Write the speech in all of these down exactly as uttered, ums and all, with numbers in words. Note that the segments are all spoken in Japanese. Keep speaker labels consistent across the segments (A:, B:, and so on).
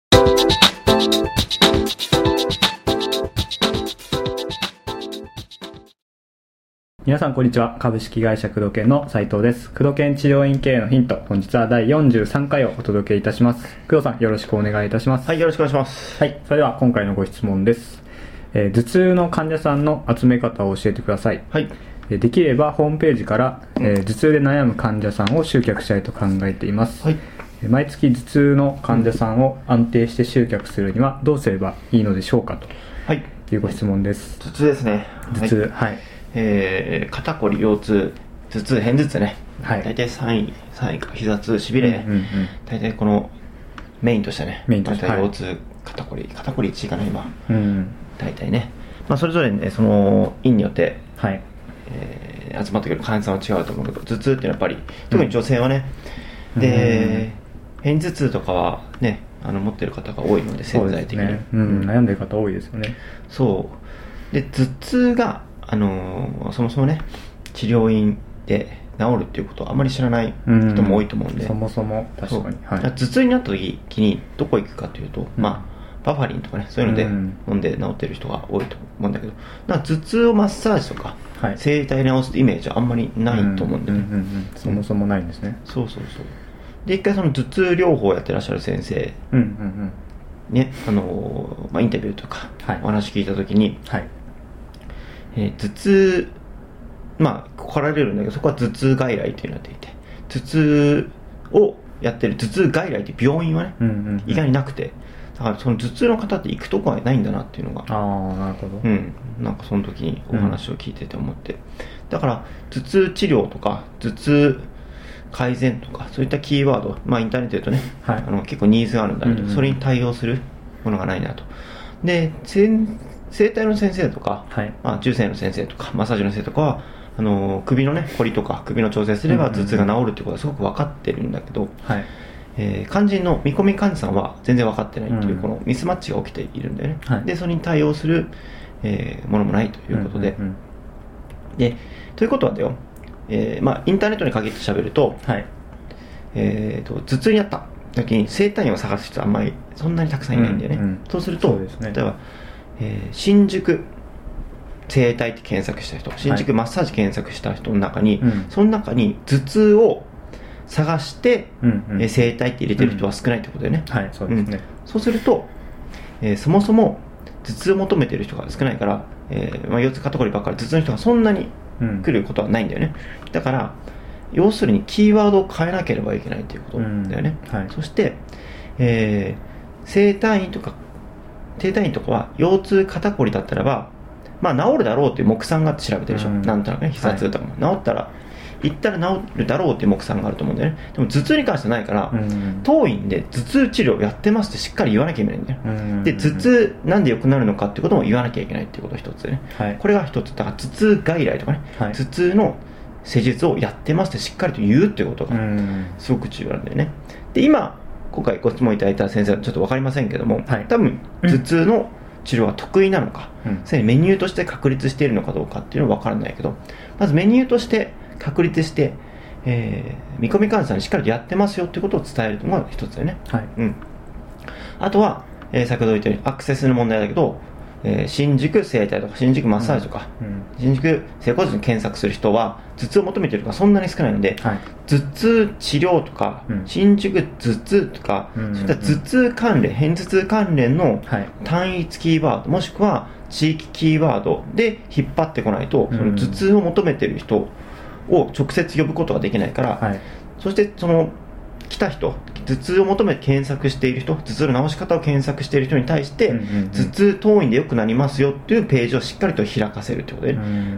A: 皆さんこんにちは。株式会社工藤研の斉藤です。工藤研治療院経営のヒント、本日はだいよんじゅうさんかいをお届けいたします。工藤さん、よろしくお願いいたします。
B: はい、よろしくお願いします。
A: はい、それでは今回のご質問です。えー、頭痛の患者さんの集め方を教えてください。
B: はい。
A: えー、できればホームページから、えー、頭痛で悩む患者さんを集客したいと考えています。
B: はい。
A: えー、毎月頭痛の患者さんを安定して集客するにはどうすればいいのでしょうかというご質問です。
B: 頭痛ですね。
A: 頭痛、はい。はい
B: えー、肩こり、腰痛、頭痛、片頭痛ね、
A: はい、
B: 大体さんい、さんいか膝痛、しびれ、うんうんうん、大体このメインとしてね、
A: メインとして
B: 大体腰痛、はい、肩こり、肩こりいちいかな今、
A: うん、
B: 大体ね、まあ、それぞれね、その院によって、
A: はい
B: えー、集まってくる患者さんは違うと思うけど、頭痛っていうのはやっぱり特に女性はね、うん、で、片頭痛とかはね、あの持ってる方が多いので、潜在的に、
A: ね、うん、悩んでる方多いですよね。
B: そうで、頭痛があのー、そもそもね治療院で治るっていうことをあまり知らない人も多いと思うんで、
A: うん、そもそも確かに、はい、
B: 頭痛になった時にどこ行くかというと、うん、まあバファリンとかねそういうので飲んで治ってる人が多いと思うんだけど、なんか頭痛をマッサージとか、はい、整体で治すイメージはあんまりないと思うんでね、うんうんうんうん、
A: そもそもないんですね、
B: うん、そうそうそうで、一回その頭痛療法をやってらっしゃる先生、うんうんうんね、あのーまあ、インタビューとかお話聞いた時に、はいえー、頭痛まあ来られるんだけど、そこは頭痛外来というのをやっていて、頭痛をやってる頭痛外来って病院はね、うんうんうん、意外になくて、だからその頭痛の方って行くとこはないんだなっていうのが、
A: ああなるほど、
B: うん、なんかその時にお話を聞いてて思って、うん、だから頭痛治療とか頭痛改善とかそういったキーワード、まあインターネットで言うとね、はい、あの結構ニーズがあるんだけど、うんうん、それに対応するものがないなと。で、整体の先生とか、はい、まあ、中整の先生とかマッサージの先生とかはあの首のねこりとか首の調整すれば頭痛が治るっていうことはすごく分かってるんだけど、はい、えー、肝心の見込み患者さんは全然分かってないっていう、うん、このミスマッチが起きているんだよね、はい、でそれに対応する、えー、ものもないということで、うんうんうん、でということはだよ、えーまあ、インターネットに限って喋ると、はい、えー、と頭痛になった時に整体院を探す人はあんまりそんなにたくさんいないんだよね、うんうん、そうするとそうですね、例えば、えー、新宿整体って検索した人、新宿マッサージ検索した人の中に、はい、その中に頭痛を探して、うんうん、えー、整体って入れてる人は少ないってことだよね、うん、はい、そうですね、うん、そうすると、えー、そもそも頭痛を求めてる人が少ないから、えーまあ、腰痛肩こりばっかり頭痛の人がそんなに来ることはないんだよね、うん、だから要するにキーワードを変えなければいけないということだよね、うん、はい、そして、えー、整体院とか整体院とかは腰痛肩こりだったらばまあ治るだろうという目算があって調べてるでしょ、うん、なんとなくね、膝痛とかも、はい、治ったら行ったら治るだろうという目算があると思うんだよね。でも頭痛に関してはないから、うん、当院で頭痛治療やってますってしっかり言わなきゃいけないんだよ、うん、で頭痛なんで良くなるのかっていうことも言わなきゃいけないっていうことが一つでね、はい、これが一つだから頭痛外来とかね、はい、頭痛の施術をやってますってしっかりと言うっていうことがすごく重要なんだよね。で今今回ご質問いただいた先生はちょっと分かりませんけども、はい、多分頭痛の治療が得意なのか、うん、それメニューとして確立しているのかどうかっていうのは分からないけど、まずメニューとして確立して、えー、見込み患者さんにしっかりとやってますよっていうことを伝えるのが一つだよね、はい、うん、あとは、えー、先ほど言ったようにアクセスの問題だけど、えー、新宿整体とか新宿マッサージとか、うんうん、新宿整骨院に検索する人は頭痛を求めているのがそんなに少ないので、はい、頭痛治療とか、うん、新宿頭痛とか、うんうんうん、そういった頭痛関連片頭痛関連の単一キーワードもしくは地域キーワードで引っ張ってこないと、うん、その頭痛を求めている人を直接呼ぶことができないから、はい、そしてその来た人頭痛を求めて検索している人頭痛の治し方を検索している人に対して、うんうんうん、頭痛当院で良くなりますよっていうページをしっかりと開かせるということで、うん、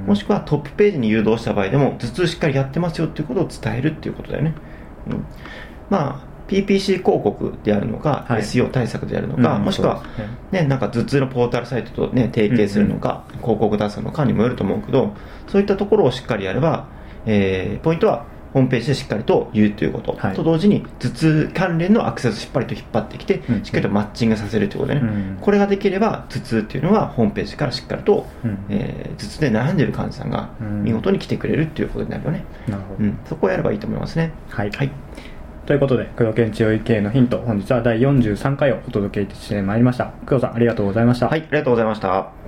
B: もしくはトップページに誘導した場合でも頭痛しっかりやってますよっていうことを伝えるっていうことだよね、うん、まあ ピーピーシー 広告であるのか、はい、エスイーオー 対策であるのか、うん、もしくは、ねね、なんか頭痛のポータルサイトと、ね、提携するのか、うんうん、広告出すのかにもよると思うけど、そういったところをしっかりやれば、えー、ポイントはホームページでしっかりと言うということ、はい、と同時に頭痛関連のアクセスをしっかりと引っ張ってきて、うん、しっかりとマッチングさせるということでね、うん、これができれば頭痛っていうのはホームページからしっかりと、うんえー、頭痛で悩んでいる患者さんが見事に来てくれるっていうことになるよね、うんうん、そこをやればいいと思いますね。
A: はい、はい、 ということで工藤健治療院経営のヒント、本日はだいよんじゅうさんかいをお届けしてまいりました。工藤さんありがとうございました。
B: はい、ありがとうございました。